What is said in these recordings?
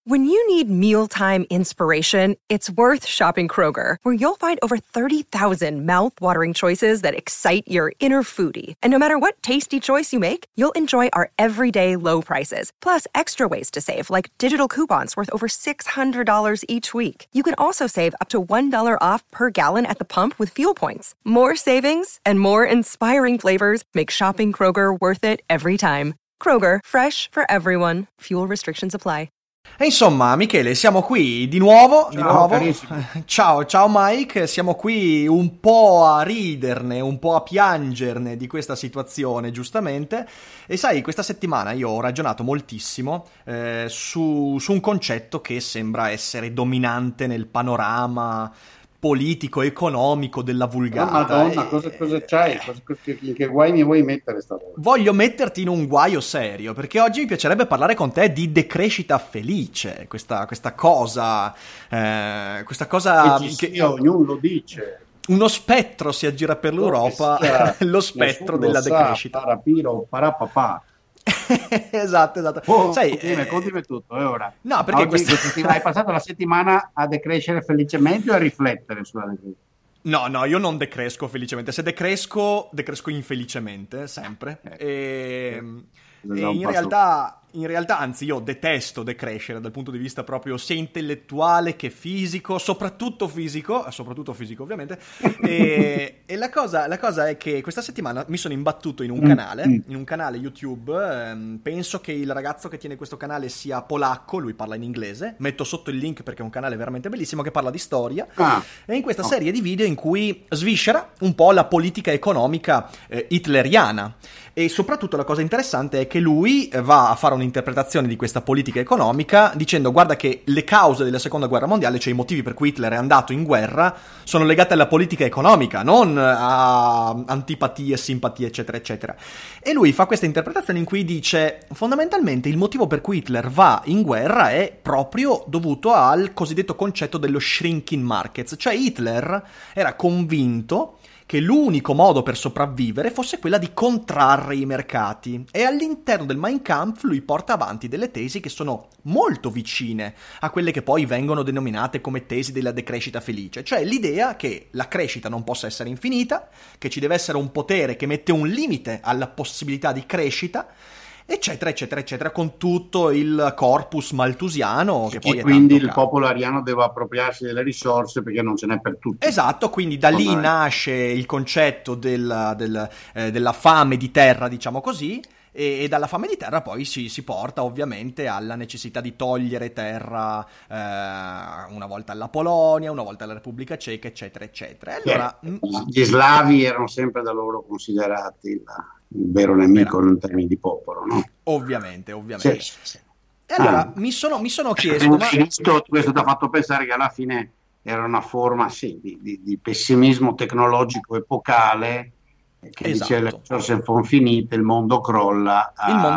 When you need mealtime inspiration, it's worth shopping Kroger, where you'll find over 30,000 mouth-watering choices that excite your inner foodie. And no matter what tasty choice you make, you'll enjoy our everyday low prices, plus extra ways to save, like digital coupons worth over $600 each week. You can also save up to $1 off per gallon at the pump with fuel points. More savings and more inspiring flavors make shopping Kroger worth it every time. Kroger, fresh for everyone. Fuel restrictions apply. E insomma, Michele, siamo qui di nuovo. Ciao Mike, siamo qui un po' a riderne, un po' a piangerne di questa situazione, giustamente. E sai, questa settimana io ho ragionato moltissimo su un concetto che sembra essere dominante nel panorama politico, economico della vulgata. Madonna, cosa c'hai? In che guai mi vuoi mettere stavolta? Voglio metterti in un guaio serio, perché oggi mi piacerebbe parlare con te di decrescita felice, questa cosa che ognuno lo dice. Uno spettro si aggira per l'Europa, lo spettro della decrescita. Parapiro, parapapà. Esatto. Sai, continui tutto, ora. No, perché hai passato la settimana a decrescere felicemente o a riflettere sulla decrescita? No, io non decresco felicemente. Se decresco infelicemente, sempre. E in realtà, anzi, io detesto decrescere dal punto di vista proprio sia intellettuale che fisico, soprattutto fisico ovviamente. E la cosa è che questa settimana mi sono imbattuto in un canale YouTube. Penso che il ragazzo che tiene questo canale sia polacco, lui parla in inglese. Metto sotto il link perché è un canale veramente bellissimo che parla di storia. E in questa serie di video in cui sviscera un po' la politica economica hitleriana. E soprattutto la cosa interessante è che lui va a fare un'interpretazione di questa politica economica dicendo: guarda che le cause della seconda guerra mondiale, cioè i motivi per cui Hitler è andato in guerra, sono legate alla politica economica, non a antipatie, simpatie, eccetera eccetera. E lui fa questa interpretazione in cui dice: fondamentalmente il motivo per cui Hitler va in guerra è proprio dovuto al cosiddetto concetto dello shrinking markets, cioè Hitler era convinto che l'unico modo per sopravvivere fosse quella di contrarre i mercati, e all'interno del Mein Kampf lui porta avanti delle tesi che sono molto vicine a quelle che poi vengono denominate come tesi della decrescita felice, cioè l'idea che la crescita non possa essere infinita, che ci deve essere un potere che mette un limite alla possibilità di crescita, eccetera eccetera eccetera, con tutto il corpus malthusiano che poi è quindi il popolo ariano deve appropriarsi delle risorse perché non ce n'è per tutti. Esatto, quindi da lì nasce il concetto della fame di terra, diciamo così, e dalla fame di terra poi si porta ovviamente alla necessità di togliere terra una volta alla Polonia, una volta alla Repubblica Ceca, eccetera eccetera. E allora gli slavi erano sempre da loro considerati il vero nemico in termini di popolo, no? Ovviamente. Sì. E allora mi sono chiesto, questo ti ha fatto pensare che alla fine era una forma di pessimismo tecnologico epocale, che dice le risorse sono finite, il mondo crolla,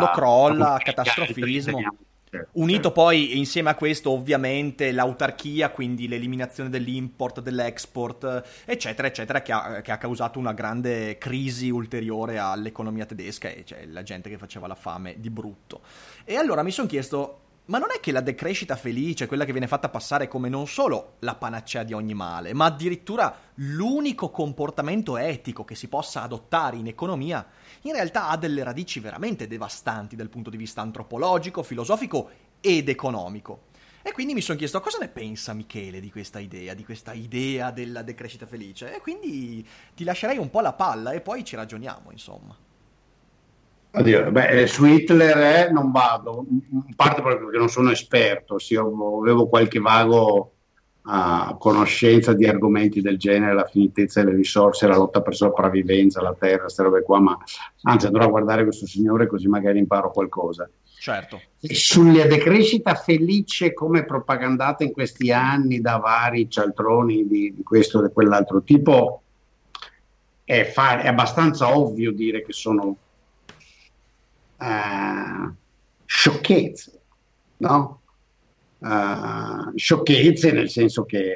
catastrofismo. Unito poi insieme a questo ovviamente l'autarchia, quindi l'eliminazione dell'import, dell'export, eccetera eccetera, che ha causato una grande crisi ulteriore all'economia tedesca, e cioè la gente che faceva la fame di brutto. E allora mi sono chiesto: ma non è che la decrescita felice, quella che viene fatta passare come non solo la panacea di ogni male, ma addirittura l'unico comportamento etico che si possa adottare in economia, in realtà ha delle radici veramente devastanti dal punto di vista antropologico, filosofico ed economico? E quindi mi sono chiesto: cosa ne pensa Michele di questa idea della decrescita felice? E quindi ti lascerei un po' la palla e poi ci ragioniamo, insomma. Oddio, su Hitler non vado, in parte proprio perché non sono esperto, avevo qualche vago conoscenza di argomenti del genere, la finitezza delle risorse, la lotta per sopravvivenza, la terra, queste robe qua, ma anzi andrò a guardare questo signore così magari imparo qualcosa. Certo. E sulla decrescita felice come propagandata in questi anni da vari cialtroni di questo e quell'altro tipo, è abbastanza ovvio dire che sono sciocchezze, no? Sciocchezze nel senso che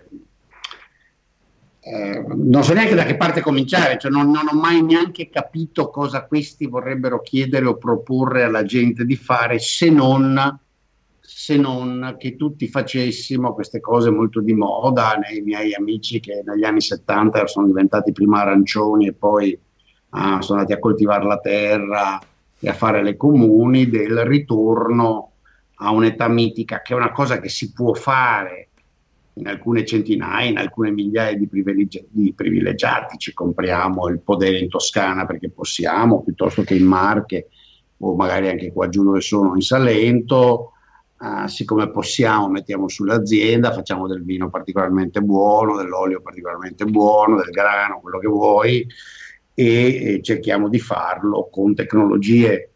non so neanche da che parte cominciare, cioè non ho mai neanche capito cosa questi vorrebbero chiedere o proporre alla gente di fare, se non se non che tutti facessimo queste cose molto di moda, nei miei amici che negli anni 70 sono diventati prima arancioni e poi sono andati a coltivare la terra e a fare le comuni, del ritorno a un'età mitica, che è una cosa che si può fare in alcune centinaia, in alcune migliaia di privilegiati. Ci compriamo il podere in Toscana perché possiamo, piuttosto che in Marche o magari anche qua giù dove sono in Salento. Siccome possiamo, mettiamo sull'azienda, facciamo del vino particolarmente buono, dell'olio particolarmente buono, del grano, quello che vuoi, e cerchiamo di farlo con tecnologie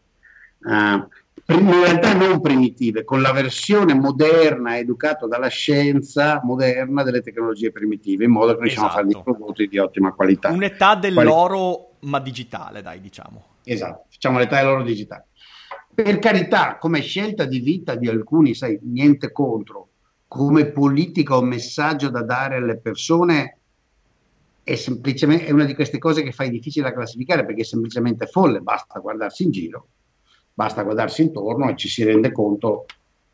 in realtà non primitive, con la versione moderna, educato dalla scienza moderna delle tecnologie primitive, in modo che riusciamo a fare dei prodotti di ottima qualità. Un'età dell'oro, ma digitale, dai, diciamo. Esatto, facciamo l'età dell'oro digitale. Per carità, come scelta di vita di alcuni, sai, niente contro, come politica o messaggio da dare alle persone è semplicemente, è una di queste cose che fai difficile da classificare, perché è semplicemente folle, basta guardarsi in giro, basta guardarsi intorno e ci si rende conto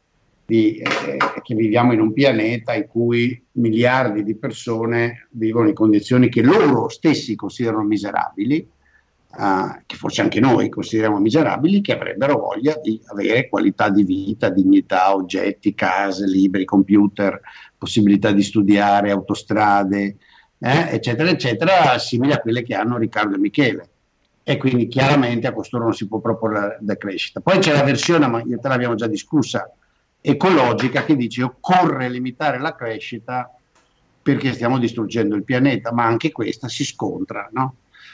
che viviamo in un pianeta in cui miliardi di persone vivono in condizioni che loro stessi considerano miserabili, che forse anche noi consideriamo miserabili, che avrebbero voglia di avere qualità di vita, dignità, oggetti, case, libri, computer, possibilità di studiare, autostrade, eccetera, eccetera, simili a quelle che hanno Riccardo e Michele. E quindi chiaramente a costoro non si può proporre la decrescita. Poi c'è la versione, ma io te l'abbiamo già discussa, ecologica, che dice occorre limitare la crescita perché stiamo distruggendo il pianeta, ma anche questa si scontra, no?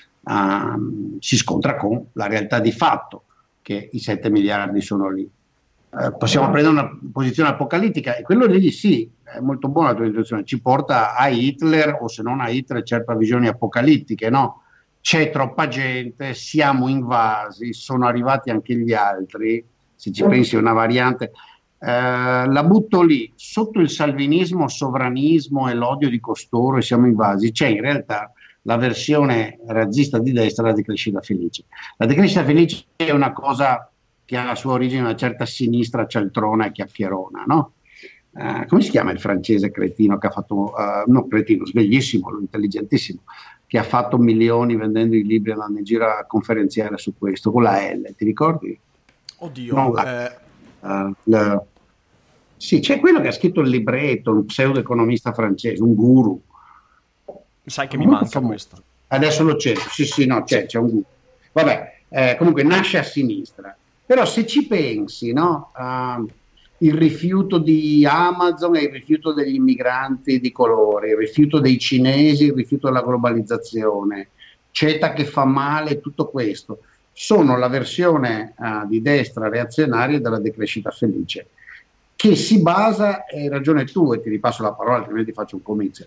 Si scontra con la realtà di fatto che i 7 miliardi sono lì. Possiamo prendere una posizione apocalittica, e quello lì sì, è molto buona la tua introduzione, ci porta a Hitler, o se non a Hitler, certe visioni apocalittiche, no? C'è troppa gente, siamo invasi, sono arrivati anche gli altri, se ci pensi è una variante. La butto lì, sotto il salvinismo, sovranismo e l'odio di costoro e siamo invasi, c'è in realtà la versione razzista di destra, la decrescita felice. La decrescita felice è una cosa che ha la sua origine in una certa sinistra cialtrona e chiacchierona, no? Come si chiama il francese cretino che ha fatto, no cretino, sveglissimo, intelligentissimo, che ha fatto milioni vendendo i libri, andando in giro a conferenziare su questo, con la L, ti ricordi? Oddio, sì, c'è quello che ha scritto il libretto, un pseudo-economista francese, un guru. Sai che mi manca questo. Adesso lo cerco, sì, no, c'è un guru. Vabbè, comunque nasce a sinistra. Però se ci pensi, no, il rifiuto di Amazon e il rifiuto degli immigranti di colore, il rifiuto dei cinesi, il rifiuto della globalizzazione, CETA che fa male, tutto questo, sono la versione di destra reazionaria della decrescita felice, che si basa, hai ragione tu, e ti ripasso la parola, altrimenti faccio un comizio,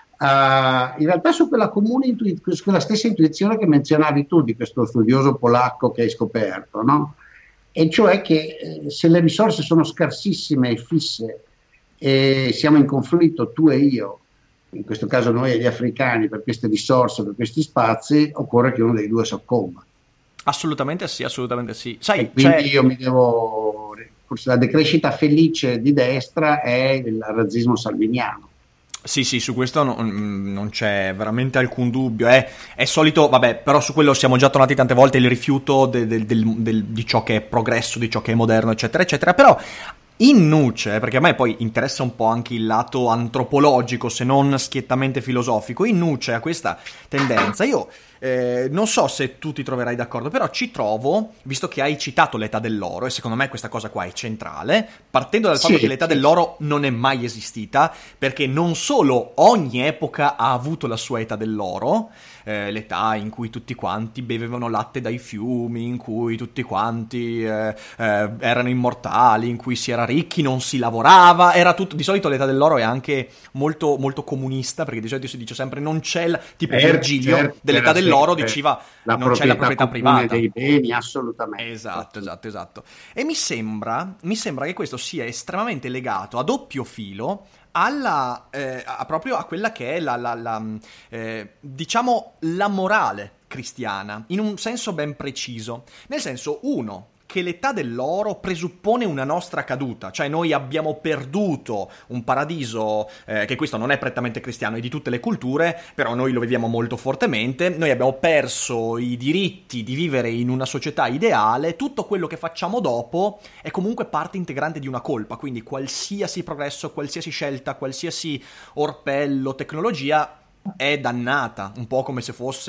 in realtà su quella su quella stessa intuizione che menzionavi tu, di questo studioso polacco che hai scoperto, no? E cioè che se le risorse sono scarsissime e fisse e siamo in conflitto tu e io, in questo caso noi e gli africani, per queste risorse, per questi spazi, occorre che uno dei due soccomba. Assolutamente sì, assolutamente sì. Sai, e quindi io mi devo... Forse la decrescita felice di destra è il razzismo salviniano. Sì, su questo non c'è veramente alcun dubbio. È solito, vabbè, però su quello siamo già tornati tante volte, il rifiuto di ciò che è progresso, di ciò che è moderno, eccetera, eccetera. Però in nuce, perché a me poi interessa un po' anche il lato antropologico, se non schiettamente filosofico, in nuce a questa tendenza, io non so se tu ti troverai d'accordo, però ci trovo, visto che hai citato l'età dell'oro, e secondo me questa cosa qua è centrale, partendo dal fatto che l'età dell'oro non è mai esistita, perché non solo ogni epoca ha avuto la sua età dell'oro, l'età in cui tutti quanti bevevano latte dai fiumi, in cui tutti quanti erano immortali, in cui si era ricchi, non si lavorava, era tutto. Di solito l'età dell'oro è anche molto, molto comunista, perché di solito si dice sempre non c'è tipo Virgilio dell'età dell'oro diceva non c'è la proprietà privata dei beni, assolutamente. Esatto. E mi sembra che questo sia estremamente legato a doppio filo proprio a quella che è diciamo la morale cristiana, in un senso ben preciso. Nel senso, uno, che l'età dell'oro presuppone una nostra caduta, cioè noi abbiamo perduto un paradiso, che questo non è prettamente cristiano, è di tutte le culture, però noi lo viviamo molto fortemente, noi abbiamo perso i diritti di vivere in una società ideale, tutto quello che facciamo dopo è comunque parte integrante di una colpa, quindi qualsiasi progresso, qualsiasi scelta, qualsiasi orpello, tecnologia è dannata, un po' come se fosse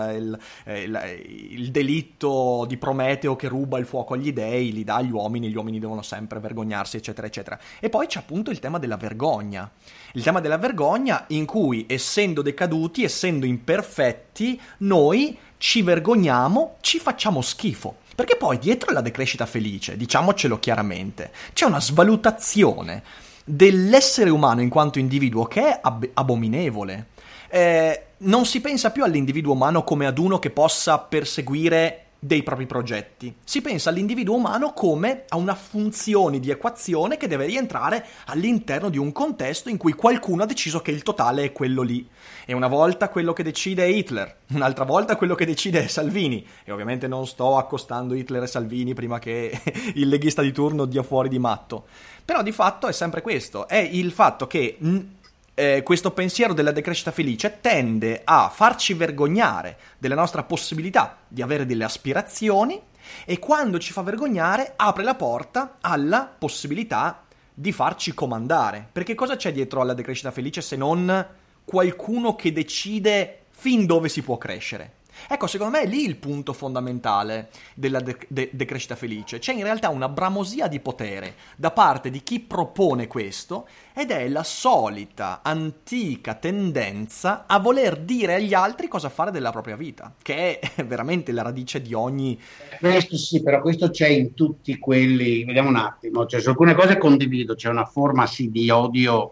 il delitto di Prometeo che ruba il fuoco agli dei, li dà agli uomini, gli uomini devono sempre vergognarsi, eccetera, eccetera. E poi c'è appunto il tema della vergogna. Il tema della vergogna in cui, essendo decaduti, essendo imperfetti, noi ci vergogniamo, ci facciamo schifo. Perché poi dietro la decrescita felice, diciamocelo chiaramente, c'è una svalutazione dell'essere umano in quanto individuo che è abominevole. Non si pensa più all'individuo umano come ad uno che possa perseguire dei propri progetti. Si pensa all'individuo umano come a una funzione di equazione che deve rientrare all'interno di un contesto in cui qualcuno ha deciso che il totale è quello lì. E una volta quello che decide è Hitler, un'altra volta quello che decide è Salvini. E ovviamente non sto accostando Hitler e Salvini prima che il leghista di turno dia fuori di matto. Però di fatto è sempre questo, è il fatto che questo pensiero della decrescita felice tende a farci vergognare della nostra possibilità di avere delle aspirazioni e quando ci fa vergognare apre la porta alla possibilità di farci comandare. Perché cosa c'è dietro alla decrescita felice se non qualcuno che decide fin dove si può crescere? Ecco, secondo me è lì il punto fondamentale della decrescita felice. C'è in realtà una bramosia di potere da parte di chi propone questo ed è la solita antica tendenza a voler dire agli altri cosa fare della propria vita, che è veramente la radice di ogni... Questo sì, però questo c'è in tutti quelli, vediamo un attimo, cioè, su alcune cose condivido, c'è una forma sì di odio,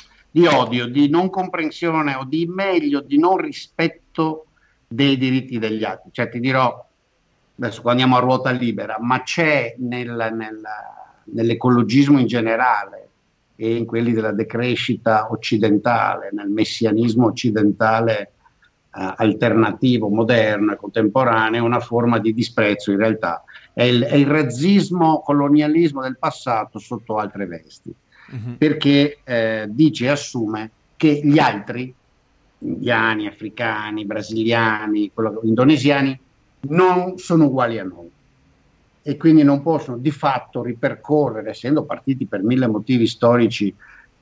di non comprensione o di meglio, di non rispetto dei diritti degli altri. Cioè ti dirò, adesso qua andiamo a ruota libera, ma c'è nell'ecologismo in generale e in quelli della decrescita occidentale, nel messianismo occidentale alternativo, moderno e contemporaneo, una forma di disprezzo in realtà. È il razzismo, colonialismo del passato sotto altre vesti, perché dice e assume che gli altri, indiani, africani, brasiliani, indonesiani, non sono uguali a noi e quindi non possono di fatto ripercorrere, essendo partiti per mille motivi storici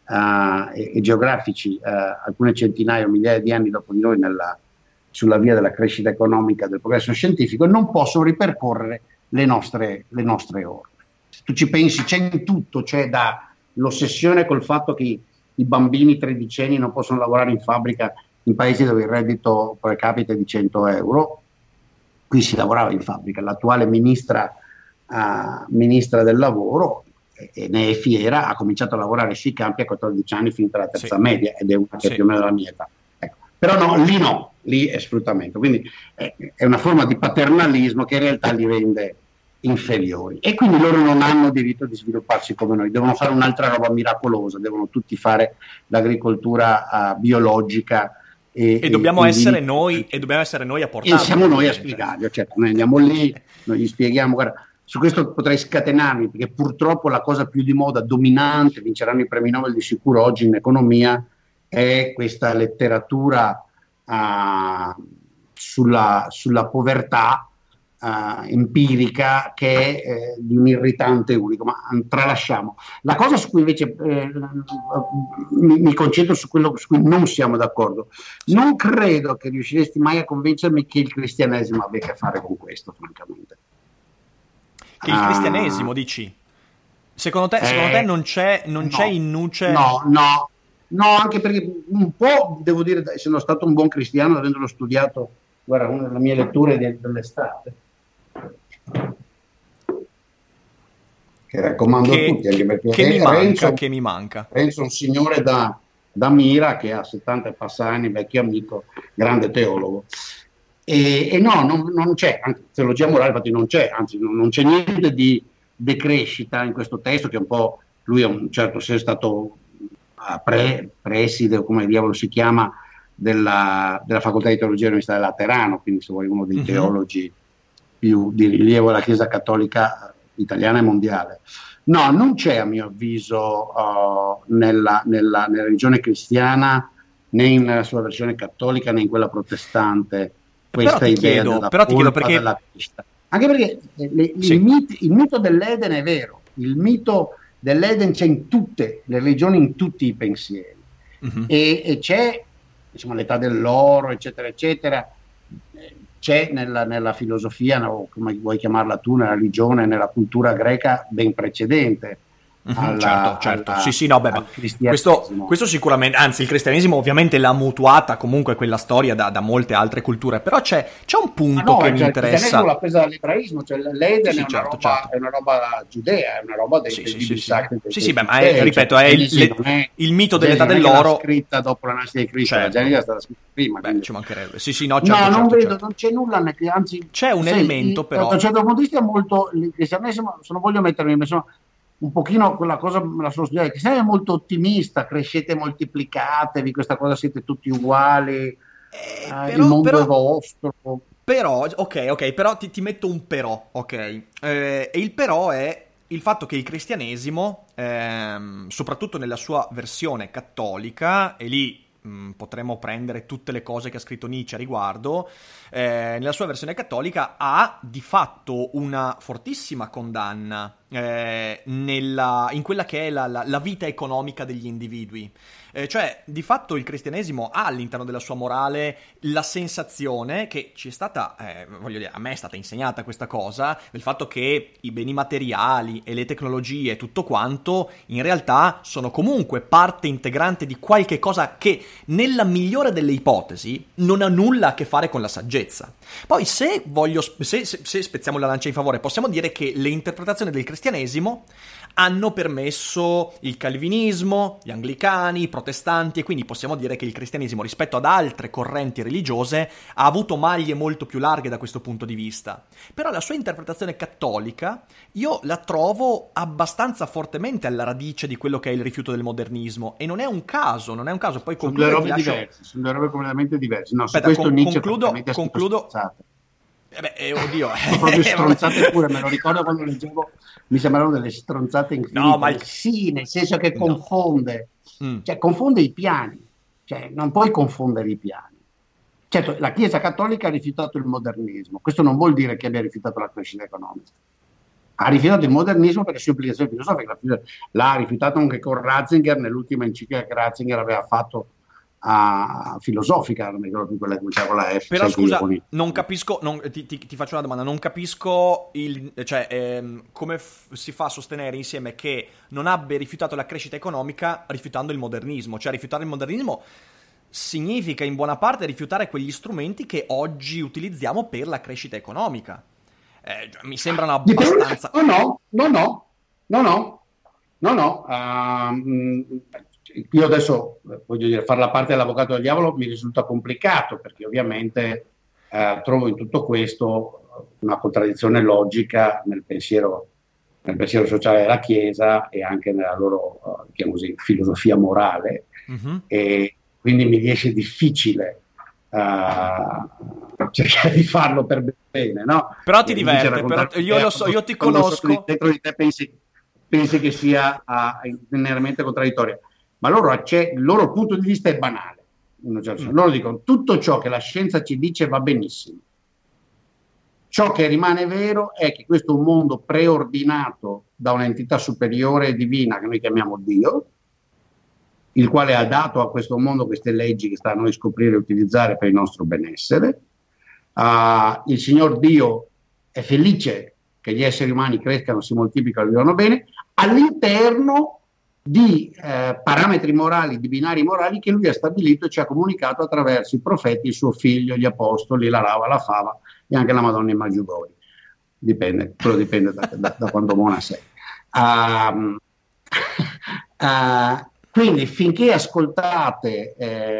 e geografici alcune centinaia o migliaia di anni dopo di noi sulla via della crescita economica, del progresso scientifico, non possono ripercorrere le nostre orme. Se tu ci pensi, c'è in tutto, c'è l'ossessione col fatto che i bambini tredicenni non possono lavorare in fabbrica in paesi dove il reddito per capita è di 100 euro. Qui si lavorava in fabbrica. L'attuale ministra del lavoro, e ne è fiera, ha cominciato a lavorare sui campi a 14 anni, finita la terza media, ed è una che è più o meno della mia età. Ecco. Però no, lì è sfruttamento. Quindi è una forma di paternalismo che in realtà li rende inferiori e quindi loro non hanno diritto di svilupparsi come noi, devono fare un'altra roba miracolosa, devono tutti fare l'agricoltura biologica e dobbiamo essere noi a portarlo. E siamo noi a spiegarlo, certo, noi andiamo lì, noi gli spieghiamo, guarda, su questo potrei scatenarmi perché purtroppo la cosa più di moda, dominante, vinceranno i premi Nobel di sicuro oggi in economia, è questa letteratura sulla povertà empirica che è di un irritante unico, ma tralasciamo. La cosa su cui invece mi concentro su quello su cui non siamo d'accordo. Non credo che riusciresti mai a convincermi che il cristianesimo abbia a che fare con questo, francamente. Che il cristianesimo, dici? Secondo te non c'è in nuce? No, anche perché un po', devo dire, essendo stato un buon cristiano, avendolo studiato, guarda, una delle mie letture dell'estate, che raccomando a tutti, anche perché che mi manca. Renzo è un signore da Mira che ha 70 e passa anni, vecchio amico, grande teologo. E no, non c'è, anche teologia morale infatti non c'è, anzi non c'è niente di decrescita in questo testo, che un po', lui è un certo senso stato preside, o come diavolo si chiama, della facoltà di teologia dell'Università del Laterano, quindi se vuoi uno dei teologi più di rilievo della Chiesa cattolica italiana e mondiale. No, non c'è a mio avviso nella religione cristiana, né nella sua versione cattolica né in quella protestante, questa idea della colpa perché... della crescita. Anche perché il mito dell'Eden è vero, il mito dell'Eden c'è in tutte le religioni, in tutti i pensieri, e c'è, insomma, l'età dell'oro, eccetera, eccetera, c'è nella filosofia, o come vuoi chiamarla tu, nella religione, nella cultura greca ben precedente. Certo. Sì, no, beh, ma questo sicuramente, anzi il cristianesimo ovviamente l'ha mutuata comunque quella storia da molte altre culture, però c'è un punto che mi interessa. Il cristianesimo l'ha presa dall'ebraismo, cioè l'Eden è una roba giudea, è una roba dei libri sacri. Sì, beh, ma ripeto, è il mito dell'età dell'oro scritta dopo la nascita di Cristo, la Genesi è stata scritta prima. Beh, ci mancherebbe. No, non vedo, non c'è nulla, anzi c'è un elemento però. Da un certo punto di vista molto il cristianesimo, se non voglio mettermi un pochino quella cosa me la sono studiata, che sei molto ottimista, crescete, moltiplicatevi, questa cosa siete tutti uguali, il mondo è vostro. Però, ok, però ti metto un però, ok? E il però è il fatto che il cristianesimo, soprattutto nella sua versione cattolica, e lì potremmo prendere tutte le cose che ha scritto Nietzsche a riguardo, nella sua versione cattolica ha di fatto una fortissima condanna in quella che è la vita economica degli individui. Cioè, di fatto il cristianesimo ha all'interno della sua morale la sensazione che ci è stata, voglio dire, a me è stata insegnata questa cosa, del fatto che i beni materiali e le tecnologie e tutto quanto in realtà sono comunque parte integrante di qualche cosa che nella migliore delle ipotesi non ha nulla a che fare con la saggezza. Poi se spezziamo la lancia in favore, possiamo dire che le interpretazioni del cristianesimo hanno permesso il calvinismo, gli anglicani, i protestanti, e quindi possiamo dire che il cristianesimo rispetto ad altre correnti religiose ha avuto maglie molto più larghe da questo punto di vista. Però la sua interpretazione cattolica io la trovo abbastanza fortemente alla radice di quello che è il rifiuto del modernismo, e non è un caso, poi sono due robe diverse, sono due robe completamente diverse. No, aspetta, concludo. Oddio. Proprio stronzate pure, me lo ricordo quando leggevo, mi sembravano delle stronzate infinite. No, ma sì, nel senso che confonde, cioè confonde i piani, cioè non puoi confondere i piani. Certo, la Chiesa Cattolica ha rifiutato il modernismo, questo non vuol dire che abbia rifiutato la crescita economica. Ha rifiutato il modernismo per le sue implicazioni filosofiche, l'ha rifiutato anche con Ratzinger nell'ultima enciclica che Ratzinger aveva fatto filosofica, non mi ricordo più quella che cominciava con la F. Però scusa, non capisco, ti faccio una domanda, non capisco come si fa a sostenere insieme che non abbia rifiutato la crescita economica rifiutando il modernismo. Cioè, rifiutare il modernismo significa in buona parte rifiutare quegli strumenti che oggi utilizziamo per la crescita economica. Mi sembrano abbastanza... No. Io adesso, voglio dire, fare la parte dell'avvocato del diavolo mi risulta complicato, perché ovviamente trovo in tutto questo una contraddizione logica nel pensiero sociale della Chiesa e anche nella loro filosofia morale, e quindi mi riesce difficile cercare di farlo per bene, no? Però ti diverte, però io lo so, io ti conosco. Dentro di te pensi che sia generalmente contraddittoria. Ma il loro punto di vista è banale. Loro dicono tutto ciò che la scienza ci dice va benissimo. Ciò che rimane vero è che questo è un mondo preordinato da un'entità superiore e divina che noi chiamiamo Dio, il quale ha dato a questo mondo queste leggi che sta a noi scoprire e utilizzare per il nostro benessere. Il Signor Dio è felice che gli esseri umani crescano, si moltiplicano e vivano bene all'interno di parametri morali, di binari morali che lui ha stabilito e ci ha comunicato attraverso i profeti, il suo figlio, gli apostoli, la Rava, la Fava e anche la Madonna in Maggiugori. Dipende da quando mona sei. Quindi finché ascoltate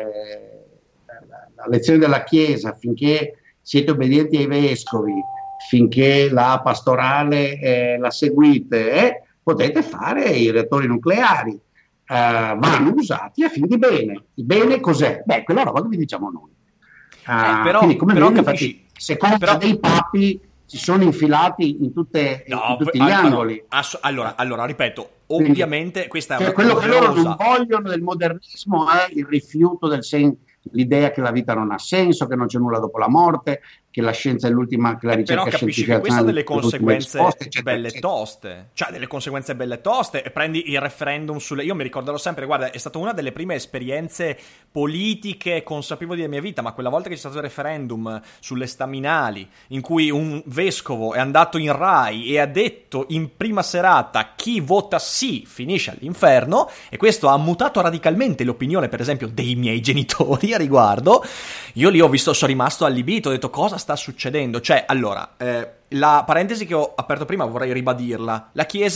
la lezione della Chiesa, finché siete obbedienti ai vescovi, finché la pastorale la seguite, potete fare i reattori nucleari, vanno usati a fin di bene. Il bene cos'è? Quella roba che vi diciamo noi. Quindi come però bene, infatti, secondo dei papi si sono infilati in tutti gli angoli. Allora, ripeto, ovviamente questa è una quello che loro non cosa. vogliono del modernismo è il rifiuto l'idea che la vita non ha senso, che non c'è nulla dopo la morte, che la scienza è l'ultima, che la ricerca Però capisci scientifica che questo ha delle l'ultima conseguenze risposta, eccetera, belle eccetera. toste. Cioè, delle conseguenze belle toste. E prendi il referendum sulle... Io mi ricorderò sempre, guarda, è stata una delle prime esperienze politiche consapevoli della mia vita, ma quella volta che c'è stato il referendum sulle staminali, in cui un vescovo è andato in Rai e ha detto in prima serata chi vota sì finisce all'inferno, e questo ha mutato radicalmente l'opinione, per esempio, dei miei genitori a riguardo. Io lì sono rimasto allibito, ho detto cosa sta succedendo? Cioè, allora, la parentesi che ho aperto prima vorrei ribadirla.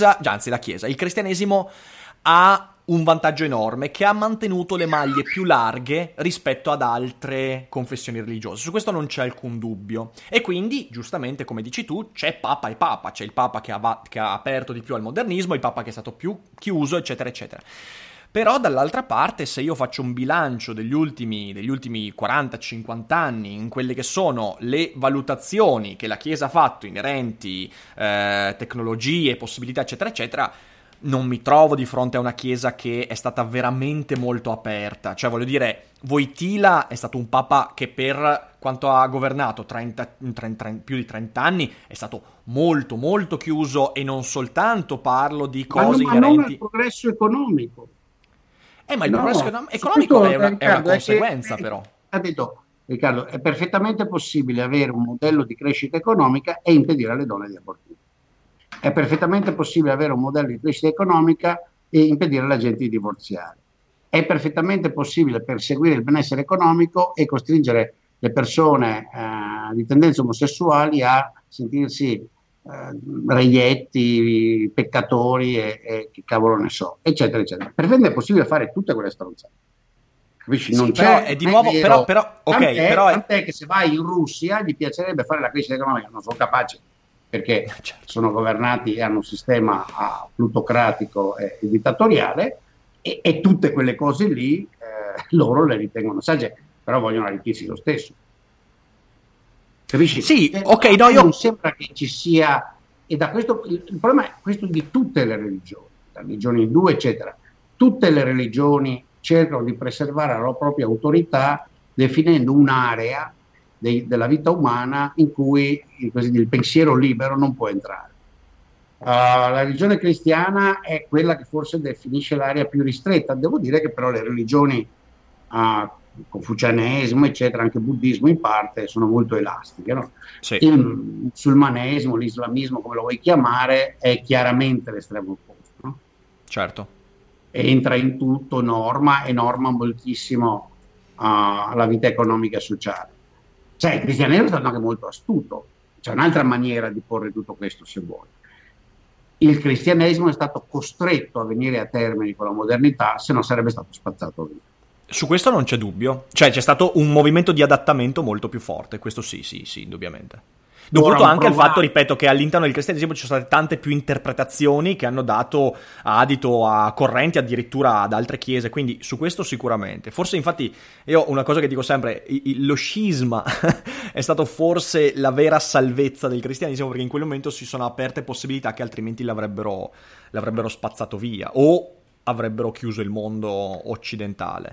Il cristianesimo ha un vantaggio enorme, che ha mantenuto le maglie più larghe rispetto ad altre confessioni religiose. Su questo non c'è alcun dubbio. E quindi, giustamente, come dici tu, c'è papa e papa. C'è il papa che ha aperto di più al modernismo, il papa che è stato più chiuso, eccetera, eccetera. Però dall'altra parte, se io faccio un bilancio degli ultimi 40-50 anni in quelle che sono le valutazioni che la Chiesa ha fatto inerenti tecnologie, possibilità, eccetera, eccetera, non mi trovo di fronte a una Chiesa che è stata veramente molto aperta. Cioè, voglio dire, Wojtyla è stato un papa che per quanto ha governato più di 30 anni è stato molto molto chiuso, e non soltanto parlo di cose ma non inerenti... al progresso economico. Ma il progresso economico è una conseguenza, però. Ha detto Riccardo, è perfettamente possibile avere un modello di crescita economica e impedire alle donne di abortire. È perfettamente possibile avere un modello di crescita economica e impedire alla gente di divorziare. È perfettamente possibile perseguire il benessere economico e costringere le persone di tendenze omosessuali a sentirsi reietti, peccatori e che cavolo ne so, eccetera, eccetera. Per me è possibile fare tutte quelle stronzate. Capisci? Non c'è, è di nuovo, però, tant'è che se vai in Russia gli piacerebbe fare la crescita economica, non sono capaci, perché sono governati e hanno un sistema plutocratico e dittatoriale, e tutte quelle cose lì loro le ritengono sagge, però vogliono arricchirsi lo stesso. Capisci? Sì, io non sembra che ci sia, e da questo il problema è questo di tutte le religioni, la religione indù, eccetera. Tutte le religioni cercano di preservare la propria autorità definendo un'area della vita umana in cui il pensiero libero non può entrare. La religione cristiana è quella che forse definisce l'area più ristretta. Devo dire che però le religioni confucianesimo, eccetera, anche buddismo in parte, sono molto elastiche, no? Sì. Il musulmanesimo, l'islamismo, come lo vuoi chiamare, è chiaramente l'estremo opposto, no? Certo. Entra in tutto, norma moltissimo la vita economica e sociale. Cioè, il cristianesimo è stato anche molto astuto. C'è un'altra maniera di porre tutto questo, se vuoi. Il cristianesimo è stato costretto a venire a termini con la modernità, se no sarebbe stato spazzato via. Su questo non c'è dubbio. Cioè, c'è stato un movimento di adattamento molto più forte. Questo sì, indubbiamente. Dovuto anche al fatto, ripeto, che all'interno del cristianesimo ci sono state tante più interpretazioni che hanno dato adito a correnti, addirittura ad altre chiese, quindi su questo sicuramente. Forse, infatti, io una cosa che dico sempre, lo scisma è stato forse la vera salvezza del cristianesimo, perché in quel momento si sono aperte possibilità che altrimenti l'avrebbero spazzato via, o avrebbero chiuso il mondo occidentale.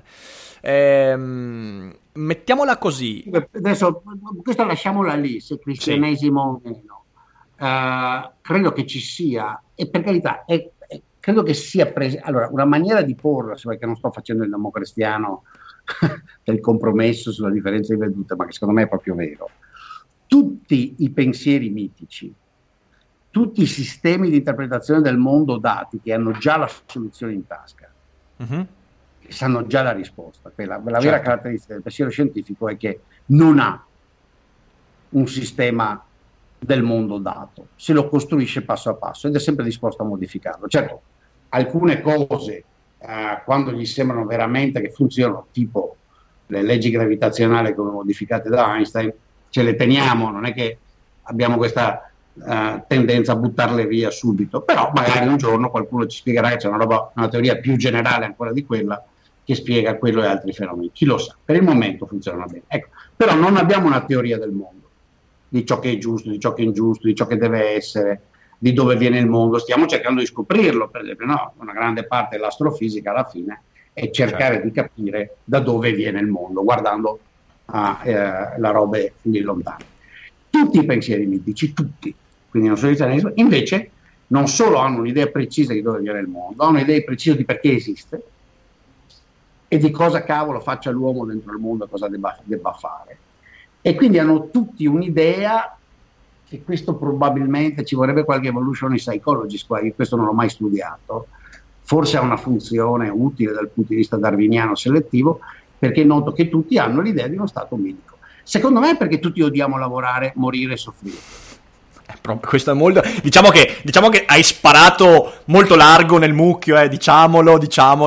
Mettiamola così. Adesso, questa lasciamola lì, se cristianesimo o meno. Credo che ci sia, e per carità, credo che sia allora, una maniera di porla, perché non sto facendo il democristiano del compromesso sulla differenza di vedute, ma che secondo me è proprio vero. Tutti i pensieri mitici, tutti i sistemi di interpretazione del mondo dati, che hanno già la soluzione in tasca, che sanno già la risposta. La vera caratteristica del pensiero scientifico è che non ha un sistema del mondo dato, se lo costruisce passo a passo ed è sempre disposto a modificarlo. Certo, alcune cose, quando gli sembrano veramente che funzionano, tipo le leggi gravitazionali come modificate da Einstein, ce le teniamo, non è che abbiamo questa tendenza a buttarle via subito, però magari un giorno qualcuno ci spiegherà che c'è una teoria più generale ancora di quella che spiega quello e altri fenomeni, chi lo sa. Per il momento funziona bene, ecco. Però non abbiamo una teoria del mondo, di ciò che è giusto, di ciò che è ingiusto, di ciò che deve essere, di dove viene il mondo. Stiamo cercando di scoprirlo, per esempio, no? Una grande parte dell'astrofisica alla fine è cercare di capire da dove viene il mondo, guardando la roba lì lontana. Tutti i pensieri mitici, tutti, quindi non solo il cristianesimo, invece non solo hanno un'idea precisa di dove viene il mondo, hanno un'idea precisa di perché esiste e di cosa cavolo faccia l'uomo dentro il mondo e cosa debba fare. E quindi hanno tutti un'idea, che questo probabilmente ci vorrebbe qualche evolutionary psychologist qua, io questo non l'ho mai studiato, forse ha una funzione utile dal punto di vista darwiniano selettivo, perché noto che tutti hanno l'idea di uno stato mitico. Secondo me è perché tutti odiamo lavorare, morire e soffrire. Questo è molto. Diciamo che hai sparato molto largo nel mucchio, diciamolo,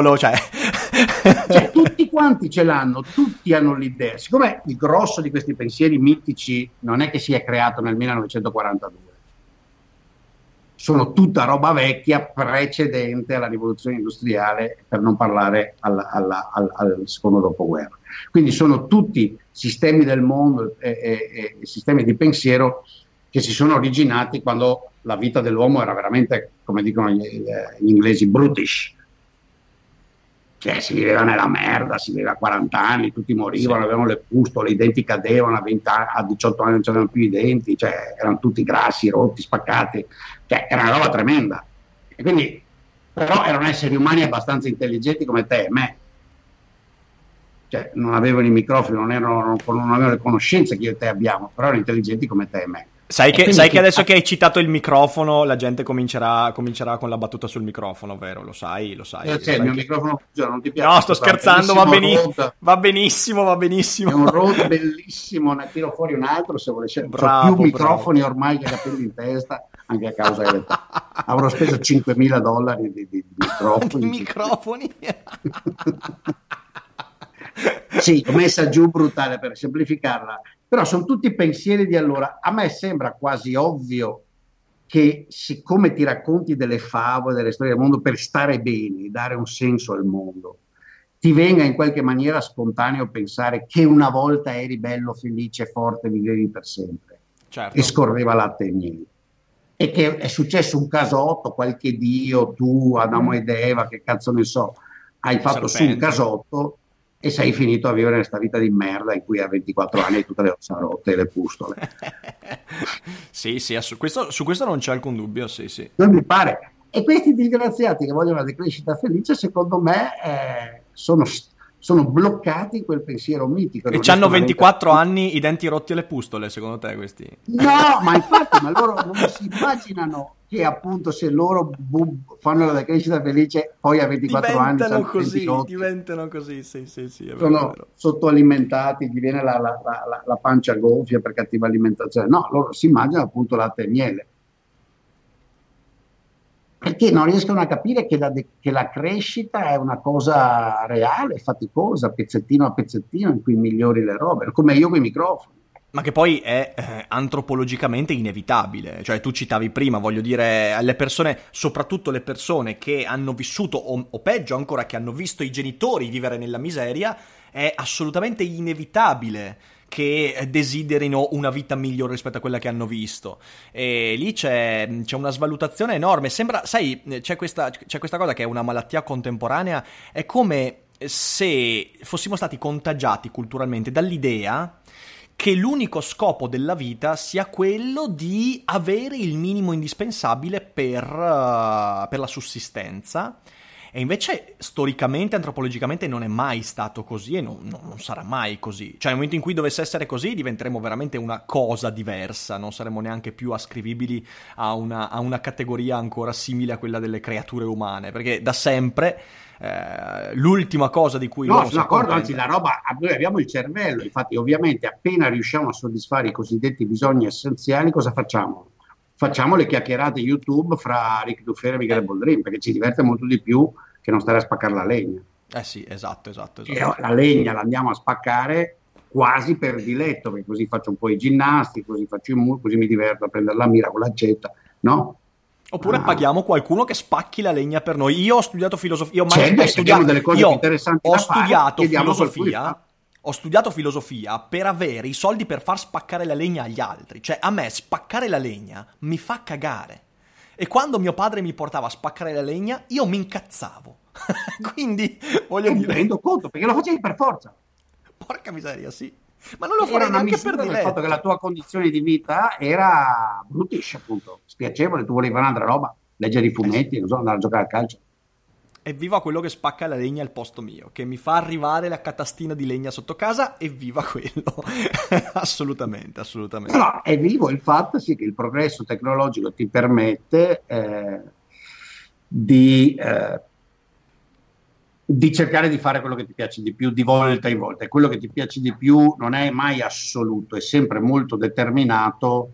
cioè, tutti quanti ce l'hanno, tutti hanno l'idea. Siccome il grosso di questi pensieri mitici non è che si è creato nel 1942, sono tutta roba vecchia precedente alla rivoluzione industriale, per non parlare al secondo dopoguerra. Quindi sono tutti sistemi del mondo e sistemi di pensiero che si sono originati quando la vita dell'uomo era veramente, come dicono gli inglesi, brutish. Cioè si viveva nella merda, si viveva a 40 anni, tutti morivano, avevano le pustole, i denti cadevano, a 18 anni non c'erano più i denti, cioè erano tutti grassi, rotti, spaccati, cioè era una roba tremenda. E quindi, però erano esseri umani abbastanza intelligenti come te e me. Cioè non avevano i microfoni, non avevano le conoscenze che io e te abbiamo, però erano intelligenti come te e me. Sai che adesso che hai citato il microfono, la gente comincerà con la battuta sul microfono, vero? Lo sai. Il mio microfono non ti piace? No, sto scherzando, va benissimo. È un Rode bellissimo, ne tiro fuori un altro se vuole scegliere. Ho più microfoni ormai che capelli in testa, anche a causa dell'età. Avrò speso $5.000 di microfoni. Di microfoni? Sì, ho messa giù brutale per semplificarla. Però sono tutti pensieri di allora. A me sembra quasi ovvio che, siccome ti racconti delle favole, delle storie del mondo per stare bene, dare un senso al mondo, ti venga in qualche maniera spontaneo pensare che una volta eri bello, felice, forte, vivevi per sempre, certo, e scorreva latte e miele. E che è successo un casotto, qualche dio, tu, Adamo ed Eva, che cazzo ne so, hai fatto su un casotto e sei finito a vivere questa vita di merda in cui a 24 anni hai tutte le ossa rotte e le pustole. Sì, su questo non c'è alcun dubbio, sì. Non mi pare. E questi disgraziati che vogliono la decrescita felice, secondo me, sono bloccati in quel pensiero mitico. E c'hanno 24 anni, i denti rotti e le pustole, secondo te, questi? No, ma infatti, loro non si immaginano che appunto se loro fanno la decrescita felice, poi a 24 anni diventano così, sì, è vero, sono sottoalimentati, gli viene la pancia gonfia per cattiva alimentazione. No, loro si immaginano appunto latte e miele. Perché non riescono a capire che la crescita è una cosa reale, faticosa, pezzettino a pezzettino, in cui migliori le robe, come io con i microfoni. Ma che poi è antropologicamente inevitabile. Cioè, tu citavi prima, voglio dire, alle persone, soprattutto le persone che hanno vissuto, o peggio ancora, che hanno visto i genitori vivere nella miseria, è assolutamente inevitabile che desiderino una vita migliore rispetto a quella che hanno visto. E lì c'è una svalutazione enorme. Sembra, sai, c'è questa cosa che è una malattia contemporanea, è come se fossimo stati contagiati culturalmente dall'idea che l'unico scopo della vita sia quello di avere il minimo indispensabile per la sussistenza. E invece storicamente, antropologicamente non è mai stato così e non sarà mai così. Cioè nel momento in cui dovesse essere così diventeremo veramente una cosa diversa, non saremo neanche più ascrivibili a una categoria ancora simile a quella delle creature umane, perché da sempre l'ultima cosa di cui no, sono d'accordo, anzi la roba, noi abbiamo il cervello, infatti ovviamente appena riusciamo a soddisfare i cosiddetti bisogni essenziali, cosa facciamo? Facciamo le chiacchierate YouTube fra Ric Dufer e Michele Boldrin, perché ci diverte molto di più che non stare a spaccare la legna. Sì, esatto. E la legna la andiamo a spaccare quasi per diletto, perché così faccio un po' i ginnasti, così faccio il muro, così mi diverto a prendere la mira con l'accetta, no? Oppure paghiamo qualcuno che spacchi la legna per noi. Io ho studiato filosofia, delle cose interessanti ho studiato filosofia. ho studiato filosofia per avere i soldi per far spaccare la legna agli altri. Cioè, a me spaccare la legna mi fa cagare. E quando mio padre mi portava a spaccare la legna, io mi incazzavo. Quindi, voglio dire... Mi rendo conto, perché lo facevi per forza. Porca miseria, sì. Ma non lo farei Era una neanche per misura del diletto. fatto che la tua condizione di vita era brutisce, appunto, spiacevole, tu volevi fare un'altra roba, leggere i fumetti, non so, andare a giocare a calcio. Evviva quello che spacca la legna al posto mio, che mi fa arrivare la catastina di legna sotto casa, evviva quello. Assolutamente, assolutamente. No, è vivo il fatto sì che il progresso tecnologico ti permette di cercare di fare quello che ti piace di più di volta in volta, e quello che ti piace di più non è mai assoluto, è sempre molto determinato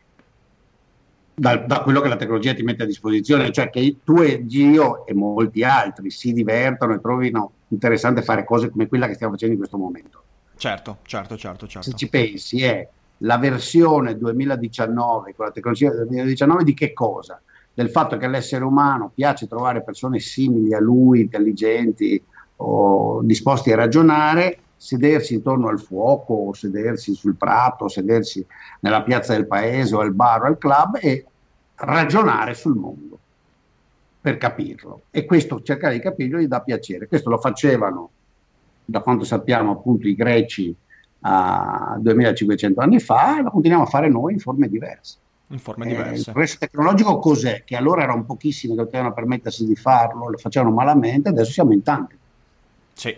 da quello che la tecnologia ti mette a disposizione, cioè che tu e Gio e molti altri si divertono e trovino interessante fare cose come quella che stiamo facendo in questo momento. Certo. Se ci pensi, è la versione 2019 con la tecnologia del 2019 di che cosa? Del fatto che all'essere umano piace trovare persone simili a lui, intelligenti o disposti a ragionare, sedersi intorno al fuoco, o sedersi sul prato, o sedersi nella piazza del paese o al bar o al club e ragionare sul mondo per capirlo. E questo, cercare di capirlo, gli dà piacere. Questo lo facevano, da quanto sappiamo, appunto i greci a 2500 anni fa, e lo continuiamo a fare noi in forme diverse. In forme diverse. Il progresso tecnologico cos'è? Che allora erano pochissimi che potevano permettersi di farlo, lo facevano malamente, adesso siamo in tanti. Sì.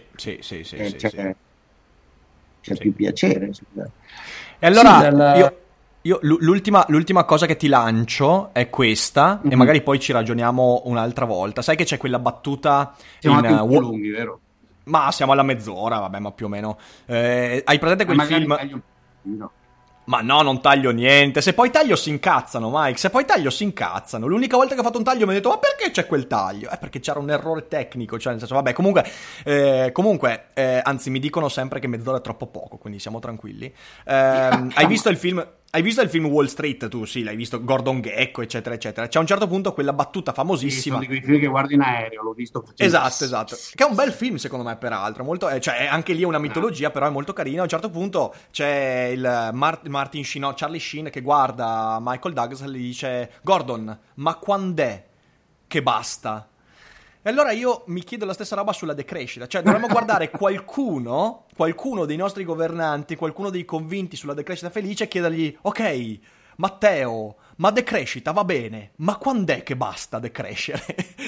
C'è più piacere. E allora io l'ultima cosa che ti lancio è questa, e magari poi ci ragioniamo un'altra volta. Sai che c'è quella battuta siamo andati un po' lunghi, vero? Ma siamo alla mezz'ora, vabbè, ma più o meno. Hai presente quel film? No. Ma no, non taglio niente. Se poi taglio si incazzano, Mike. Se poi taglio si incazzano. L'unica volta che ho fatto un taglio mi ha detto: ma perché c'è quel taglio? Perché c'era un errore tecnico. Cioè, nel senso, vabbè, comunque, anzi, mi dicono sempre che mezz'ora è troppo poco, quindi siamo tranquilli. Hai visto il film? Hai visto il film Wall Street? Tu sì, l'hai visto, Gordon Gekko, eccetera, eccetera. C'è a un certo punto quella battuta famosissima. Sì, sono di quei film che guardi in aereo, l'ho visto. Esatto. Che è un bel film, secondo me, peraltro. Molto, cioè, anche lì è una mitologia, però è molto carino. A un certo punto c'è il Martin Sheen, Charlie Sheen, che guarda Michael Douglas e gli dice: Gordon, ma quand'è che basta? E allora io mi chiedo la stessa roba sulla decrescita, cioè dovremmo guardare qualcuno dei nostri governanti, qualcuno dei convinti sulla decrescita felice e chiedergli: ok, Matteo, ma decrescita va bene, ma quand'è che basta decrescere?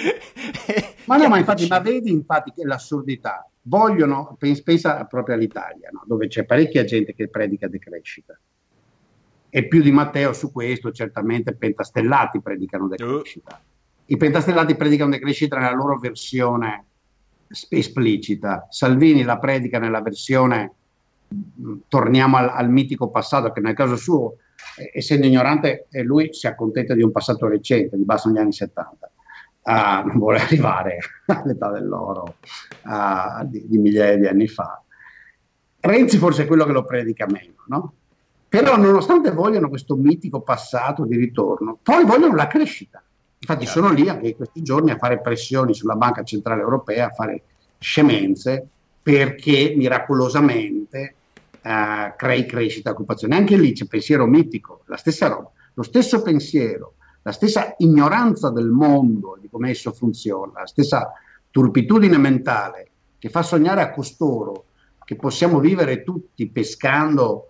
Ma vedi infatti che l'assurdità, pensa proprio all'Italia, no? Dove c'è parecchia gente che predica decrescita, e più di Matteo su questo certamente pentastellati predicano decrescita. I pentastellati predicano decrescita nella loro versione esplicita. Salvini la predica nella versione torniamo al mitico passato, che nel caso suo, essendo ignorante, lui si accontenta di un passato recente, gli bastano gli anni 70. Non vuole arrivare all'età dell'oro di migliaia di anni fa. Renzi forse è quello che lo predica meno, no? Però nonostante vogliono questo mitico passato di ritorno, poi vogliono la crescita. Infatti sono lì anche in questi giorni a fare pressioni sulla Banca Centrale Europea, a fare scemenze perché miracolosamente crei crescita e occupazione. Anche lì c'è pensiero mitico, la stessa roba, lo stesso pensiero, la stessa ignoranza del mondo, di come esso funziona, la stessa turpitudine mentale che fa sognare a costoro che possiamo vivere tutti pescando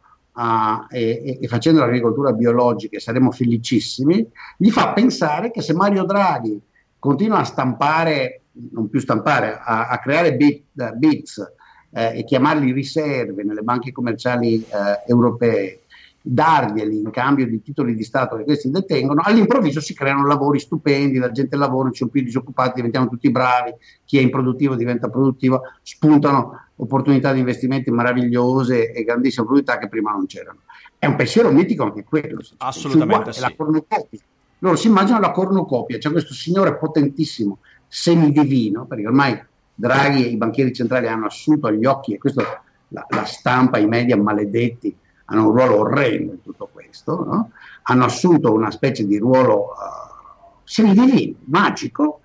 e facendo l'agricoltura biologica e saremo felicissimi, gli fa pensare che se Mario Draghi continua a stampare, non più stampare, a creare bits e chiamarli riserve nelle banche commerciali europee, darglieli in cambio di titoli di Stato che questi detengono, all'improvviso si creano lavori stupendi, la gente lavora, ci sono più disoccupati, diventiamo tutti bravi, chi è improduttivo diventa produttivo, spuntano opportunità di investimenti meravigliose e grandissime opportunità che prima non c'erano. È un pensiero mitico anche quello. Assolutamente sì. È la cornucopia. Loro si immaginano la cornucopia, c'è questo signore potentissimo, semidivino, perché ormai Draghi e i banchieri centrali hanno assunto agli occhi, e questo la stampa, i media maledetti, hanno un ruolo orrendo in tutto questo, no? Hanno assunto una specie di ruolo semidivino, magico,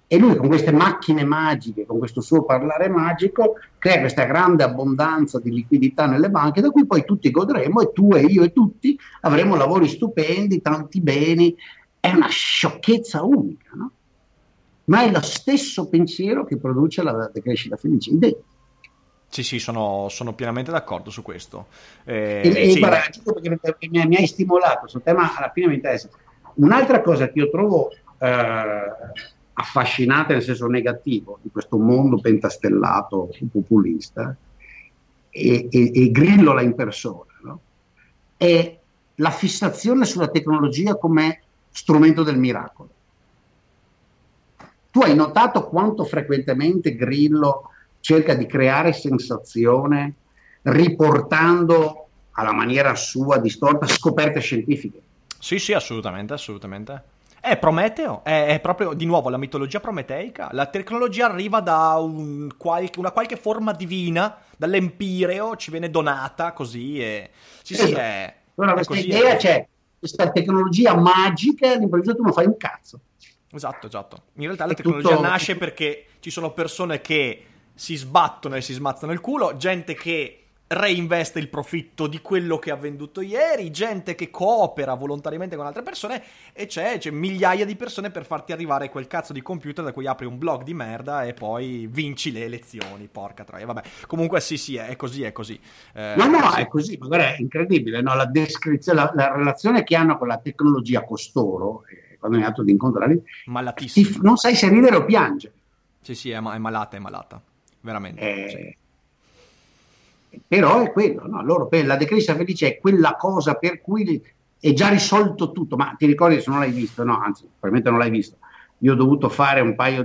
E lui con queste macchine magiche, con questo suo parlare magico, crea questa grande abbondanza di liquidità nelle banche da cui poi tutti godremo, e tu e io e tutti avremo lavori stupendi, tanti beni. È una sciocchezza unica, no? Ma è lo stesso pensiero che produce la decrescita felice. Sì, sì, sono pienamente d'accordo su questo. Sì, guarda, perché mi hai stimolato, questo tema alla fine mi interessa. Un'altra cosa che io trovo affascinante nel senso negativo di questo mondo pentastellato populista, e Grillo in persona, no? È la fissazione sulla tecnologia come strumento del miracolo. Tu hai notato quanto frequentemente Grillo cerca di creare sensazione riportando alla maniera sua distorta scoperte scientifiche? Sì, sì, assolutamente, assolutamente. È Prometeo, è proprio di nuovo la mitologia prometeica. La tecnologia arriva da una qualche forma divina, dall'Empireo, ci viene donata così e... Sì, sì, allora, è questa così. idea c'è, questa tecnologia magica, all'improvviso tu non fai un cazzo. Esatto, esatto. In realtà la tecnologia nasce perché ci sono persone che si sbattono e si smazzano il culo, gente che reinveste il profitto di quello che ha venduto ieri, gente che coopera volontariamente con altre persone, e c'è migliaia di persone per farti arrivare quel cazzo di computer da cui apri un blog di merda e poi vinci le elezioni, porca troia. Vabbè, comunque sì, è così, è così. No, sì. è così, ma guarda, è incredibile, no? La descrizione, la relazione che hanno con la tecnologia costoro, quando mi è dato di incontrarli, Malatissimo. non sai se ridere o piangere. Sì, è malata, veramente, sì. Però è quello, no? Loro, per la decrescita felice è quella cosa per cui è già risolto tutto. Ma ti ricordi, se non l'hai visto? No, anzi, probabilmente non l'hai visto. Io ho voluto fare un paio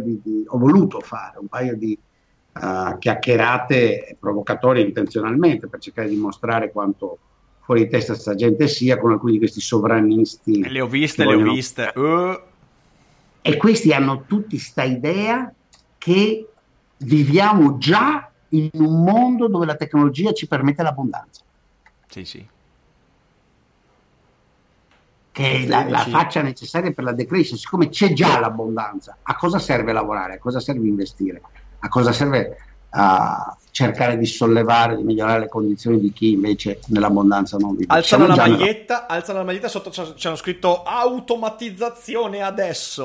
di chiacchierate provocatorie intenzionalmente per cercare di mostrare quanto fuori di testa sta gente sia, con alcuni di questi sovranisti. Le ho viste. E questi hanno tutti sta idea che viviamo già in un mondo dove la tecnologia ci permette l'abbondanza. Sì. Che è la faccia necessaria per la decrescita. Siccome c'è già l'abbondanza, a cosa serve lavorare? A cosa serve investire? A cosa serve cercare di sollevare, di migliorare le condizioni di chi invece nell'abbondanza non vive? Alzano la maglietta, sotto c'hanno scritto automatizzazione adesso.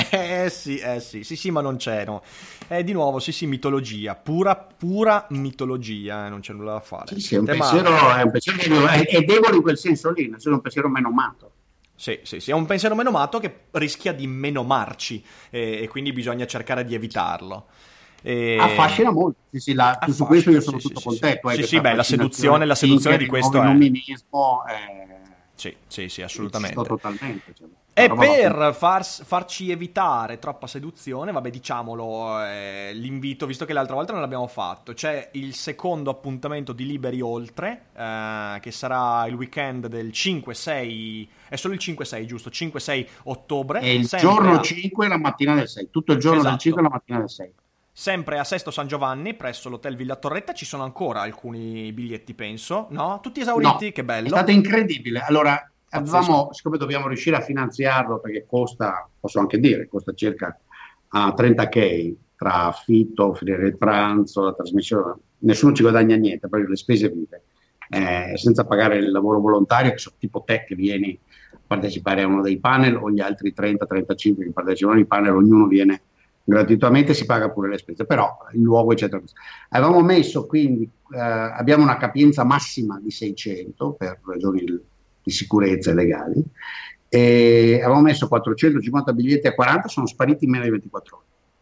Sì, ma non c'è, no. Di nuovo, sì, mitologia, pura mitologia, non c'è nulla da fare. Sì, è un pensiero è debole in quel senso lì, è un pensiero menomato. Sì, è un pensiero menomato che rischia di menomarci e quindi bisogna cercare di evitarlo. Affascina molto, su questo io sono tutto contento. Sì, la seduzione di questo è... Illuminismo Sì, assolutamente. Totalmente. E per farci evitare troppa seduzione, vabbè, diciamolo, l'invito, visto che l'altra volta non l'abbiamo fatto, c'è il secondo appuntamento di Liberi Oltre, che sarà il weekend del 5-6, è solo il 5-6, giusto? 5-6 ottobre. È il giorno 5 e la mattina del 6, tutto il giorno del 5 e la mattina del 6. Sempre a Sesto San Giovanni, presso l'Hotel Villa Torretta, ci sono ancora alcuni biglietti, penso, no? Tutti esauriti, no, che bello. È stato incredibile, allora... siccome dobbiamo riuscire a finanziarlo, perché costa, posso anche dire, costa circa 30.000 tra affitto, finire il pranzo, la trasmissione, nessuno ci guadagna niente, proprio le spese vive, senza pagare il lavoro volontario, che sono tipo te che vieni a partecipare a uno dei panel, o gli altri 30-35 che partecipano ai panel, ognuno viene gratuitamente, si paga pure le spese, però il luogo eccetera. Avevamo messo quindi, abbiamo una capienza massima di 600 per ragioni di sicurezza e legali, e avevamo messo 450 biglietti a 40, sono spariti in meno di 24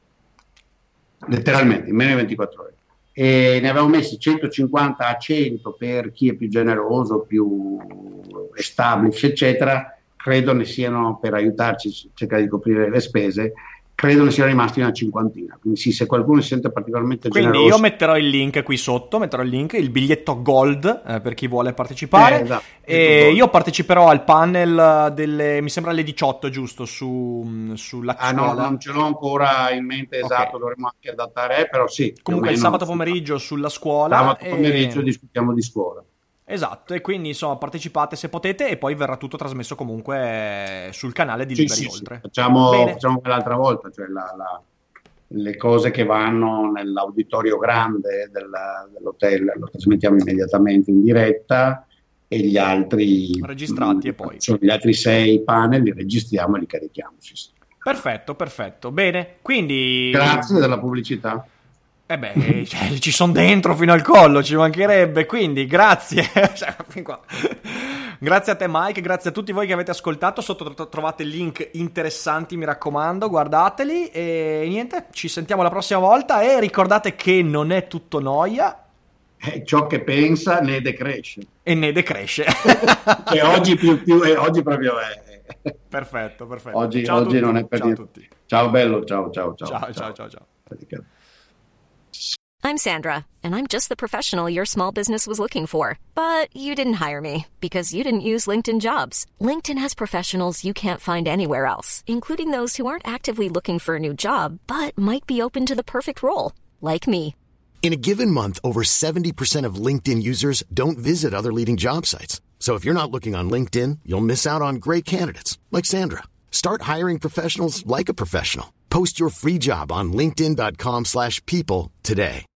ore, letteralmente in meno di 24 ore, e ne avevamo messi 150 a 100 per chi è più generoso, più established eccetera. Credo ne siano, per aiutarci a cercare di coprire le spese, credo ne siano rimasti una cinquantina. Quindi sì, se qualcuno si sente particolarmente generoso... Quindi io metterò il link qui sotto, il biglietto gold per chi vuole partecipare. Esatto, e io parteciperò al panel mi sembra alle 18, giusto, sulla scuola. No, non ce l'ho ancora in mente esatto, dovremmo anche adattare, però sì. Comunque il sabato pomeriggio sulla scuola. Sabato pomeriggio discutiamo di scuola. Esatto, e quindi insomma partecipate se potete, e poi verrà tutto trasmesso comunque sul canale di Liberi Oltre. Facciamo come l'altra volta, cioè le cose che vanno nell'auditorio grande dell'hotel lo trasmettiamo immediatamente in diretta, e gli altri registrati e poi gli altri 6 panel li registriamo e li carichiamo. Sì. Perfetto, bene, quindi Grazie della pubblicità. Cioè, ci sono dentro fino al collo, ci mancherebbe, quindi grazie. Cioè, fin qua. Grazie a te Mike, grazie a tutti voi che avete ascoltato. Sotto trovate link interessanti, mi raccomando, guardateli. E niente, ci sentiamo la prossima volta, e ricordate che non è tutto noia. Ciò che pensa ne decresce. E ne decresce. Che oggi oggi proprio è. Perfetto. Oggi non è per ciao a tutti. Ciao bello, ciao. Ciao. I'm Sandra, and I'm just the professional your small business was looking for. But you didn't hire me because you didn't use LinkedIn Jobs. LinkedIn has professionals you can't find anywhere else, including those who aren't actively looking for a new job, but might be open to the perfect role, like me. In a given month, over 70% of LinkedIn users don't visit other leading job sites. So if you're not looking on LinkedIn, you'll miss out on great candidates like Sandra. Start hiring professionals like a professional. Post your free job on linkedin.com/people today.